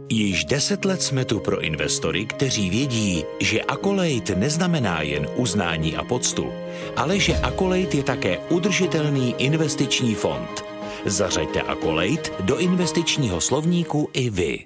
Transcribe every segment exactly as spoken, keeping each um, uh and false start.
Již deset let jsme tu pro investory, kteří vědí, že Accolade neznamená jen uznání a poctu, ale že Accolade je také udržitelný investiční fond. Zařaďte Accolade do investičního slovníku i vy.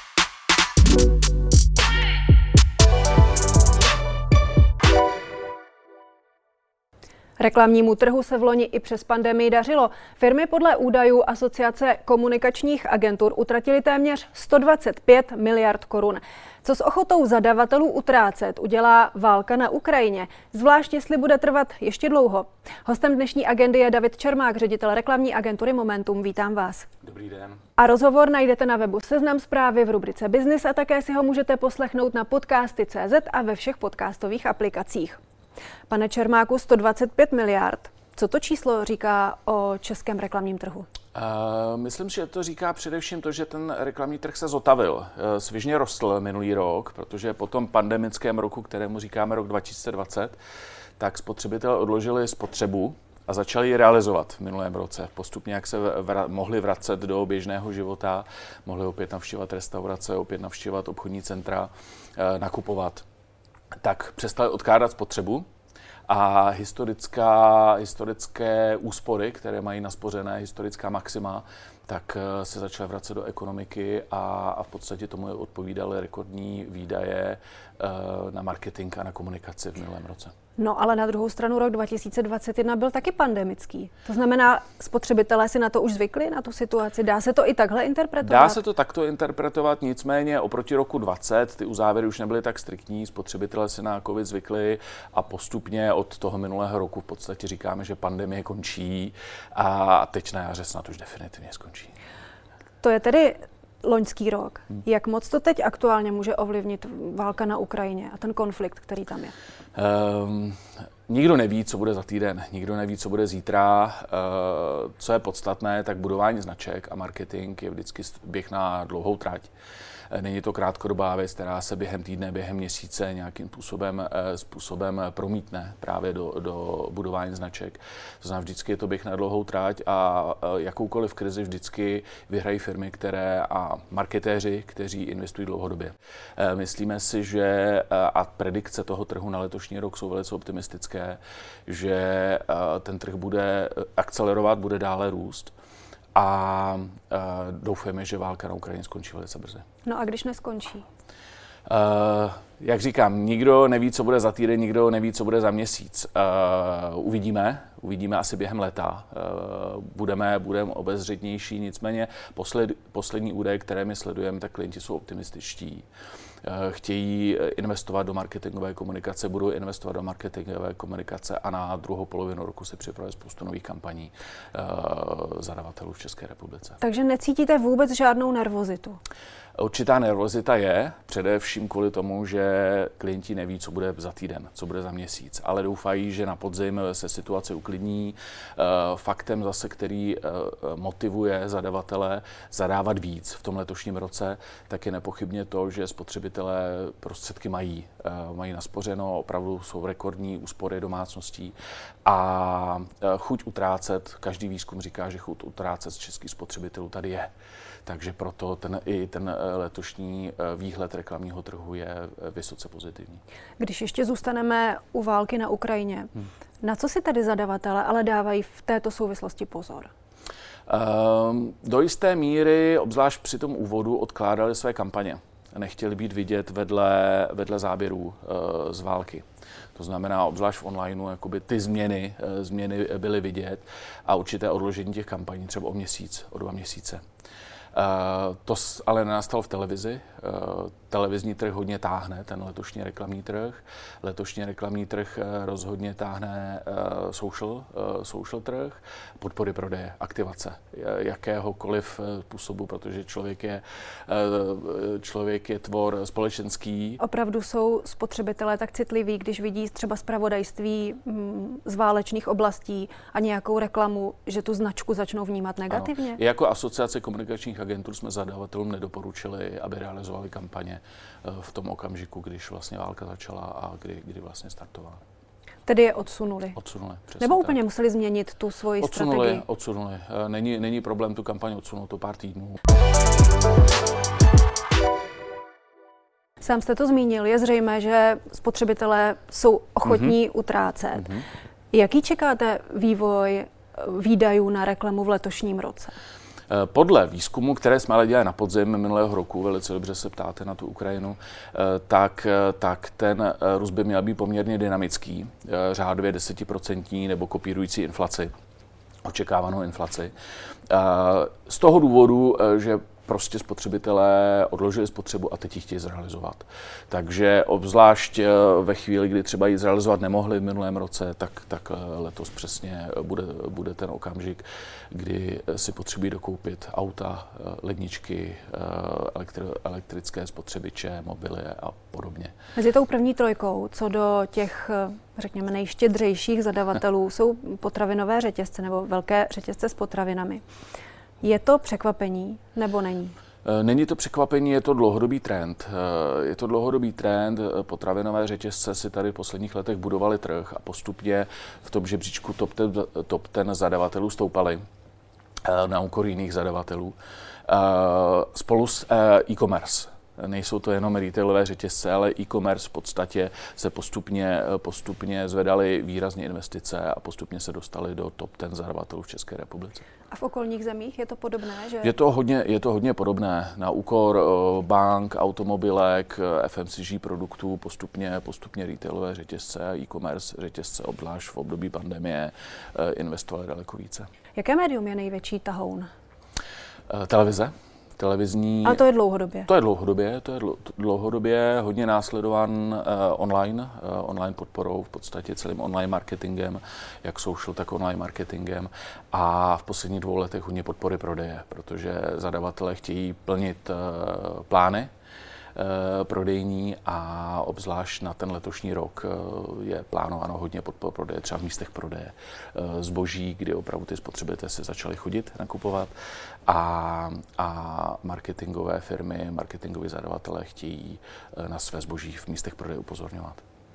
Reklamnímu trhu se v loni i přes pandemii dařilo. Firmy podle údajů Asociace komunikačních agentur utratily téměř sto dvacet pět miliard korun. Co s ochotou zadavatelů utrácet udělá válka na Ukrajině, zvlášť jestli bude trvat ještě dlouho. Hostem dnešní agendy je David Čermák, ředitel reklamní agentury Momentum. Vítám vás. Dobrý den. A rozhovor najdete na webu Seznam Zprávy v rubrice Business a také si ho můžete poslechnout na podcasty tečka cé zet a ve všech podcastových aplikacích. Pane Čermáku, sto dvacet pět miliard. Co to číslo říká o českém reklamním trhu? Uh, myslím, že to říká především to, že ten reklamní trh se zotavil. Uh, svižně rostl minulý rok, protože po tom pandemickém roku, kterému říkáme rok dva tisíce dvacet, tak spotřebitelé odložili spotřebu a začali ji realizovat v minulém roce. Postupně, jak se vra- mohli vracet do běžného života, mohli opět navštěvovat restaurace, opět navštěvovat obchodní centra, uh, nakupovat, tak přestali odkládat spotřebu a historická, historické úspory, které mají naspořené, historická maxima, tak se začaly vracet do ekonomiky a, a v podstatě tomu odpovídaly rekordní výdaje e, na marketing a na komunikaci v minulém roce. No ale na druhou stranu rok dva tisíce dvacet jedna byl taky pandemický. To znamená, spotřebitelé si na to už zvykli, na tu situaci? Dá se to i takhle interpretovat? Dá se to takto interpretovat, nicméně oproti roku dvacet ty uzávěry už nebyly tak striktní, spotřebitelé si na covid zvykli a postupně od toho minulého roku v podstatě říkáme, že pandemie končí a teď na jaře snad už definitivně skončí. To je tedy loňský rok. Hmm. Jak moc to teď aktuálně může ovlivnit válka na Ukrajině a ten konflikt, který tam je? Um, nikdo neví, co bude za týden, nikdo neví, co bude zítra. Uh, co je podstatné, tak budování značek a marketing je vždycky běh na dlouhou trať. Není to krátkodobá věc, která se během týdne, během měsíce nějakým způsobem, způsobem promítne právě do, do budování značek. To znamená, vždycky je to běh na dlouhou trať a jakoukoliv krizi vždycky vyhrají firmy, které a marketéři, kteří investují dlouhodobě. Myslíme si, že a predikce toho trhu na letošní rok jsou velice optimistické, že ten trh bude akcelerovat, bude dále růst. A uh, doufáme, že válka na Ukrajině skončí velice brzy. No a když neskončí? Uh, jak říkám, nikdo neví, co bude za týden, nikdo neví, co bude za měsíc. Uh, uvidíme, uvidíme asi během léta. Uh, budeme, budeme obezřetnější, nicméně posled, poslední údaje, které my sledujeme, tak klienti jsou optimističtí. Chtějí investovat do marketingové komunikace, budou investovat do marketingové komunikace a na druhou polovinu roku si připravuje spoustu nových kampaní uh, zadavatelů v České republice. Takže necítíte vůbec žádnou nervozitu? Určitá nervozita je, především kvůli tomu, že klienti neví, co bude za týden, co bude za měsíc, ale doufají, že na podzim se situace uklidní. Faktem zase, který motivuje zadavatele zadávat víc v tom letošním roce, tak je nepochybně to, že spotřebitelé prostředky mají. Mají naspořeno, opravdu jsou rekordní úspory domácností a chuť utrácet, každý výzkum říká, že chuť utrácet z českých spotřebitelů tady je. Takže proto ten, i ten letošní výhled reklamního trhu je vysoce pozitivní. Když ještě zůstaneme u války na Ukrajině, hmm. na co si tady zadavatelé ale dávají v této souvislosti pozor? Um, do jisté míry, obzvlášť při tom úvodu, odkládali své kampaně. Nechtěli být vidět vedle, vedle záběrů uh, z války. To znamená, obzvlášť v onlineu, jakoby ty změny, uh, změny byly vidět a určité odložení těch kampaní třeba o měsíc, o dva měsíce. Uh, to ale nenastalo v televizi. Uh, televizní trh hodně táhne, ten letošní reklamní trh. Letošní reklamní trh uh, rozhodně táhne uh, social, uh, social trh, podpory prodeje, aktivace jakéhokoliv způsobu, protože člověk je, uh, člověk je tvor společenský. Opravdu jsou spotřebitelé tak citliví, když vidí třeba zpravodajství mm, z válečných oblastí a nějakou reklamu, že tu značku začnou vnímat negativně? Ano. Jako asociace komunikačních agentur jsme zadavatelům nedoporučili, aby realizovali kampaně v tom okamžiku, když vlastně válka začala a kdy, kdy vlastně startovala. Tedy je odsunuli? Odsunuli, přesně. Nebo úplně tak. Museli změnit tu svoji odsunuli, strategii? Odsunuli, Není, není problém tu kampaň odsunout to pár týdnů. Sám jste to zmínil, je zřejmé, že spotřebitelé jsou ochotní mm-hmm. utrácet. Mm-hmm. Jaký čekáte vývoj výdajů na reklamu v letošním roce? Podle výzkumu, které jsme ale dělali na podzim minulého roku, velice dobře se ptáte na tu Ukrajinu, tak, tak ten růst by měl být poměrně dynamický, řádově desetiprocentní nebo kopírující inflaci, očekávanou inflaci. Z toho důvodu, že prostě spotřebitelé odložili spotřebu a teď ji chtějí zrealizovat. Takže obzvlášť ve chvíli, kdy třeba ji zrealizovat nemohli v minulém roce, tak, tak letos přesně bude, bude ten okamžik, kdy si potřebují dokoupit auta, ledničky, elektri, elektrické spotřebiče, mobily a podobně. Mezi tou první trojkou, co do těch, řekněme, nejštědřejších zadavatelů, jsou potravinové řetězce nebo velké řetězce s potravinami. Je to překvapení nebo není? Není to překvapení, je to dlouhodobý trend. Je to dlouhodobý trend. Potravinové řetězce si tady v posledních letech budovaly trh a postupně v tom žebříčku top ten, top ten zadavatelů stoupaly na úkor jiných zadavatelů. Spolu s e-commerce. Nejsou to jenom retailové řetězce, ale e-commerce v podstatě se postupně, postupně zvedaly výrazně investice a postupně se dostaly do top ten zadavatelů v České republice. A v okolních zemích je to podobné? Že... Je to hodně, je to hodně podobné. Na úkor bank, automobilek, F M C G produktů postupně, postupně retailové řetězce a e-commerce řetězce, obzvlášť v období pandemie, investovaly daleko více. Jaké médium je největší tahoun? Televize. Televizní. A to je dlouhodobě? To je dlouhodobě, to je dlouhodobě hodně následovan uh, online, uh, online podporou, v podstatě celým online marketingem, jak social, tak online marketingem a v posledních dvou letech hodně podpory prodeje, protože zadavatelé chtějí plnit uh, plány prodejní a obzvlášť na ten letošní rok je plánováno hodně podpor prodeje, třeba v místech prodeje zboží, kdy opravdu ty spotřebitelé se začali chodit nakupovat a, a marketingové firmy, marketingoví zadavatelé chtějí na své zboží v místech prodeje upozorňovat.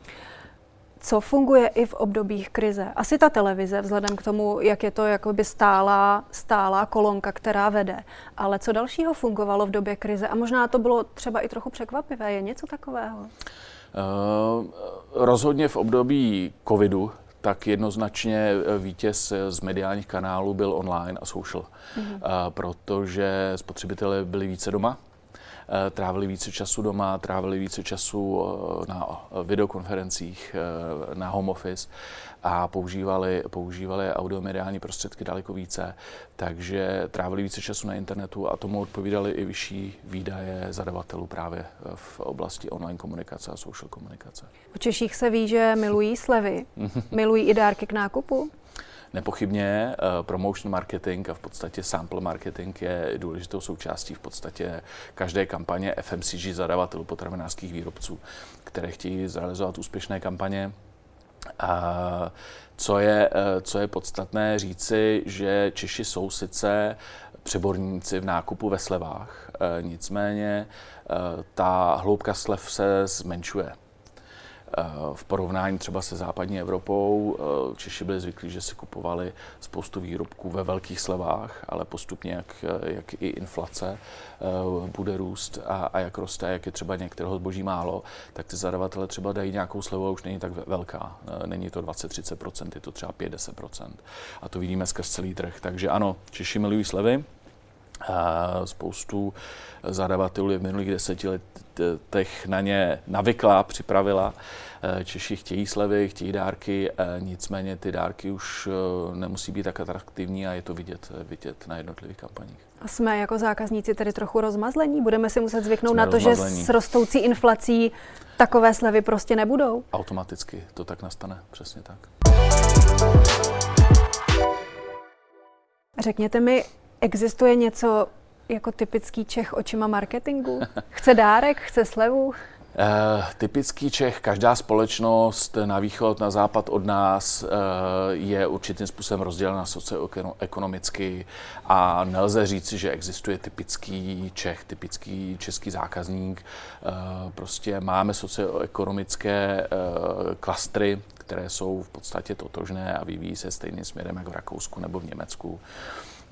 Co funguje i v obdobích krize? Asi ta televize, vzhledem k tomu, jak je to jakoby stálá, stálá kolonka, která vede. Ale co dalšího fungovalo v době krize? A možná to bylo třeba i trochu překvapivé. Je něco takového? Uh, rozhodně v období covidu tak jednoznačně vítěz z mediálních kanálů byl online a social. Mm-hmm. Uh, protože spotřebitelé byli více doma. Trávili více času doma, trávili více času na videokonferencích, na home office a používali, používali audiomediální prostředky daleko více, takže trávili více času na internetu a tomu odpovídali i vyšší výdaje zadavatelů právě v oblasti online komunikace a social komunikace. O Češích se ví, že milují slevy, milují i dárky k nákupu? Nepochybně uh, promotion marketing a v podstatě sample marketing je důležitou součástí v podstatě každé kampaně F M C G zadavatelů potravinářských výrobců, které chtějí zrealizovat úspěšné kampaně. A co je, uh, co je podstatné říci, že Češi jsou sice přeborníci v nákupu ve slevách, uh, nicméně uh, ta hloubka slev se zmenšuje. V porovnání třeba se západní Evropou Češi byli zvyklí, že si kupovali spoustu výrobků ve velkých slevách, ale postupně, jak, jak i inflace bude růst a, a jak roste, jak je třeba některého zboží málo, tak ty zadavatele třeba dají nějakou slevu a už není tak velká. Není to dvacet až třicet procent, je to třeba pět až deset procent. A to vidíme skrz celý trh. Takže ano, Češi milují slevy. Spoustu zadavatelů je v minulých deseti letech na ně navykla, připravila. Češi chtějí slevy, chtějí dárky, nicméně ty dárky už nemusí být tak atraktivní a je to vidět, vidět na jednotlivých kampaních. A jsme jako zákazníci tedy trochu rozmazlení? Budeme si muset zvyknout jsme na to, rozmazlení. Že s rostoucí inflací takové slevy prostě nebudou? Automaticky to tak nastane, přesně tak. Řekněte mi, existuje něco jako typický Čech očima marketingu? Chce dárek, chce slevu? Uh, typický Čech, každá společnost na východ, na západ od nás uh, je určitým způsobem rozdělena socioekonomicky a nelze říci, že existuje typický Čech, typický český zákazník. Uh, prostě máme socioekonomické uh, klastry, které jsou v podstatě totožné a vyvíjí se stejným směrem jako v Rakousku nebo v Německu.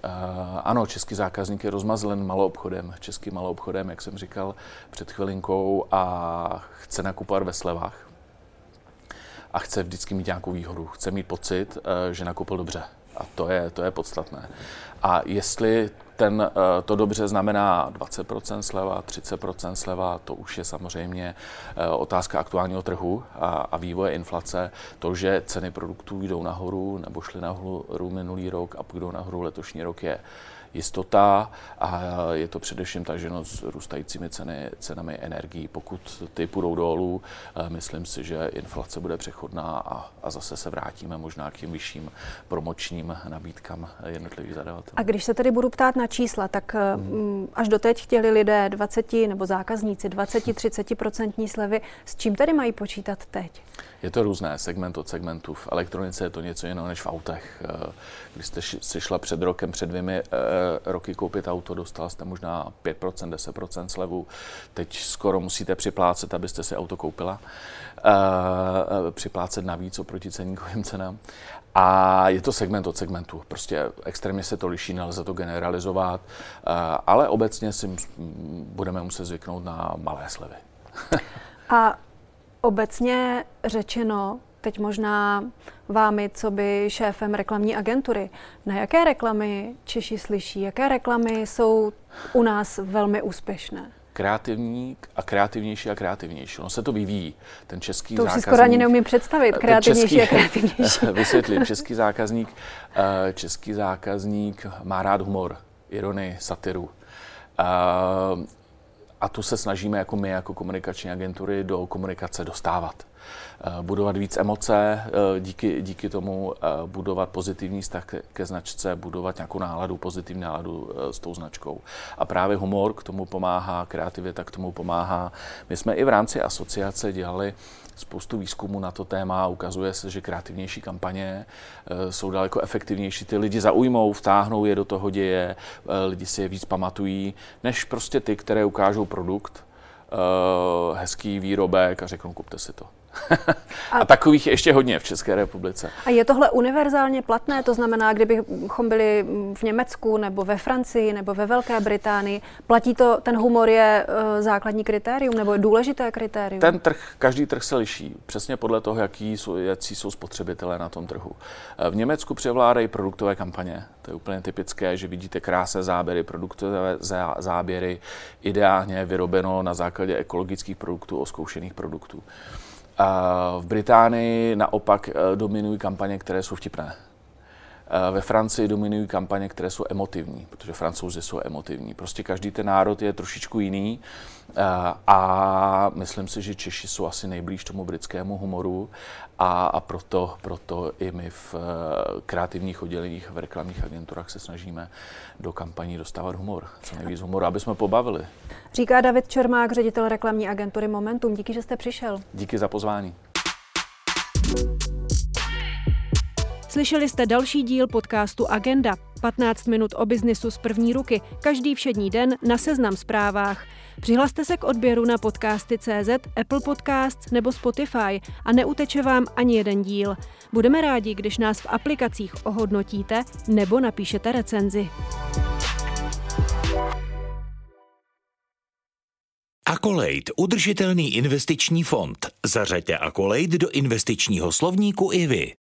Ano, český zákazník je rozmazlen maloobchodem, českým maloobchodem, jak jsem říkal před chvilinkou, a chce nakupovat ve slevách. A chce vždycky mít nějakou výhodu, chce mít pocit, že nakoupil dobře. A to je, to je podstatné. A jestli ten, to dobře znamená dvacet procent sleva, třicet procent sleva, to už je samozřejmě otázka aktuálního trhu a, a vývoje inflace. To, že ceny produktů jdou nahoru nebo šly nahoru minulý rok a půjdou nahoru letošní rok, je jistota, a je to především taženo s růstajícími ceny, cenami energií. Pokud ty půjdou dolů, myslím si, že inflace bude přechodná a, a zase se vrátíme možná k těm vyšším promočním nabídkám jednotlivých zadavatelů. A když se tedy budu ptát na čísla, tak hmm. až doteď chtěli lidé dvacet nebo zákazníci dvacet až třicet procent slevy. S čím tedy mají počítat teď? Je to různé, segment od segmentu. V elektronice je to něco jiného než v autech. Když jste si šla před rokem, před dvěmi roky koupit auto, dostala jste možná pět procent, deset procent slevu. Teď skoro musíte připlácet, abyste si auto koupila. Připlácet navíc oproti ceníkovým cenám. A je to segment od segmentu. Prostě extrémně se to liší, nelze to generalizovat, ale obecně si budeme muset zvyknout na malé slevy. A obecně řečeno, teď možná vámi, co by šéfem reklamní agentury, na jaké reklamy Češi slyší, jaké reklamy jsou u nás velmi úspěšné? Kreativní a kreativnější a kreativnější. No se to vyvíjí. Ten český to už zákazník... si skoro ani neumím představit, kreativnější český, a kreativnější. Vysvětlím. Český zákazník, český zákazník má rád humor, ironii, satiru. A tu se snažíme jako my, jako komunikační agentury, do komunikace dostávat. Budovat víc emoce, díky, díky tomu budovat pozitivní vztah ke značce, budovat nějakou náladu, pozitivní náladu s tou značkou. A právě humor k tomu pomáhá, kreativita k tomu pomáhá. My jsme i v rámci asociace dělali spoustu výzkumů na to téma. Ukazuje se, že kreativnější kampaně jsou daleko efektivnější. Ty lidi zaujmou, vtáhnou je do toho děje, lidi si je víc pamatují, než prostě ty, které ukážou produkt, hezký výrobek a řeknou, kupte si to. A, a takových je ještě hodně v České republice. A je tohle univerzálně platné? To znamená, kdybychom byli v Německu nebo ve Francii nebo ve Velké Británii, platí to, ten humor je uh, základní kritérium nebo je důležité kritérium? Ten trh, každý trh se liší. Přesně podle toho, jaký jsou, jaký jsou spotřebitelé na tom trhu. V Německu převládají produktové kampaně. To je úplně typické, že vidíte krásné záběry, produktové záběry, ideálně vyrobeno na základě ekologických produktů, oskoušených produktů. V Británii naopak dominují kampaně, které jsou vtipné. Ve Francii dominují kampaně, které jsou emotivní, protože Francouzi jsou emotivní. Prostě každý ten národ je trošičku jiný a myslím si, že Češi jsou asi nejblíž tomu britskému humoru a, a proto, proto i my v kreativních odděleních, v reklamních agenturách se snažíme do kampaní dostávat humor, co nejvíc humoru, aby jsme pobavili. Říká David Čermák, ředitel reklamní agentury Momentum. Díky, že jste přišel. Díky za pozvání. Slyšeli jste další díl podcastu Agenda. patnáct minut o biznisu z první ruky, každý všední den na Seznam Zprávách. Přihlaste se k odběru na podcasty tečka cé zet, Apple Podcasts nebo Spotify a neuteče vám ani jeden díl. Budeme rádi, když nás v aplikacích ohodnotíte nebo napíšete recenzi. Accolade, udržitelný investiční fond. Zařaďte Accolade do investičního slovníku i vy.